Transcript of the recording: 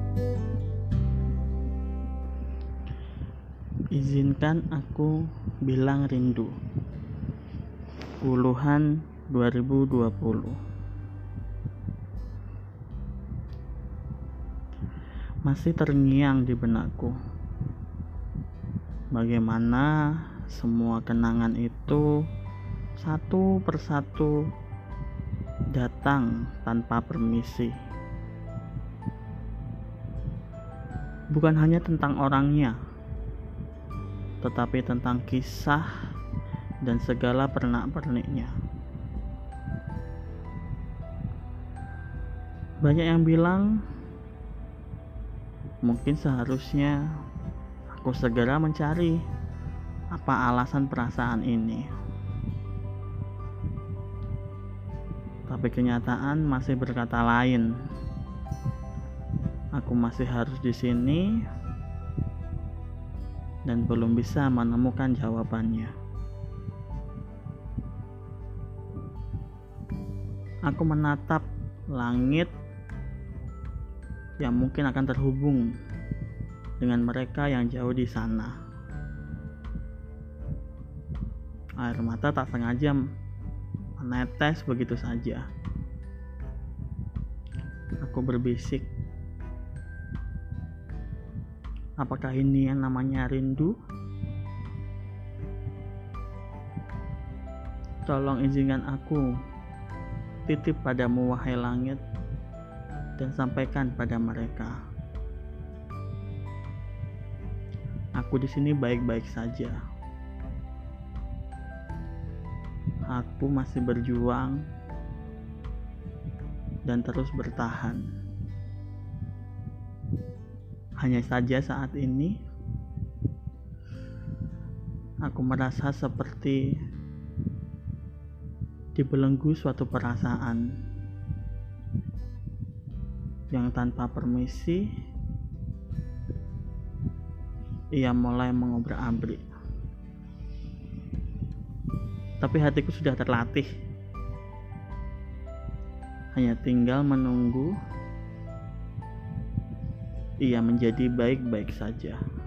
Izinkan aku bilang rindu. Uluhan 2020. Masih terngiang di benakku bagaimana semua kenangan itu satu persatu datang tanpa permisi. Bukan hanya tentang orangnya, tetapi tentang kisah dan segala pernak-perniknya. Banyak yang bilang mungkin seharusnya aku segera mencari apa alasan perasaan ini. Tapi kenyataan masih berkata lain. Aku masih harus di sini dan belum bisa menemukan jawabannya. Aku menatap langit yang mungkin akan terhubung dengan mereka yang jauh di sana. Air mata tak sengaja menetes begitu saja. Aku berbisik, apakah ini yang namanya rindu? Tolong izinkan aku titip padamu wahai langit dan sampaikan pada mereka. Aku di sini baik-baik saja. Aku masih berjuang dan terus bertahan. Hanya saja saat ini aku merasa seperti dibelenggu suatu perasaan yang tanpa permisi ia mulai mengobrak-abrik. Tapi hatiku sudah terlatih, hanya tinggal menunggu ia menjadi baik-baik saja.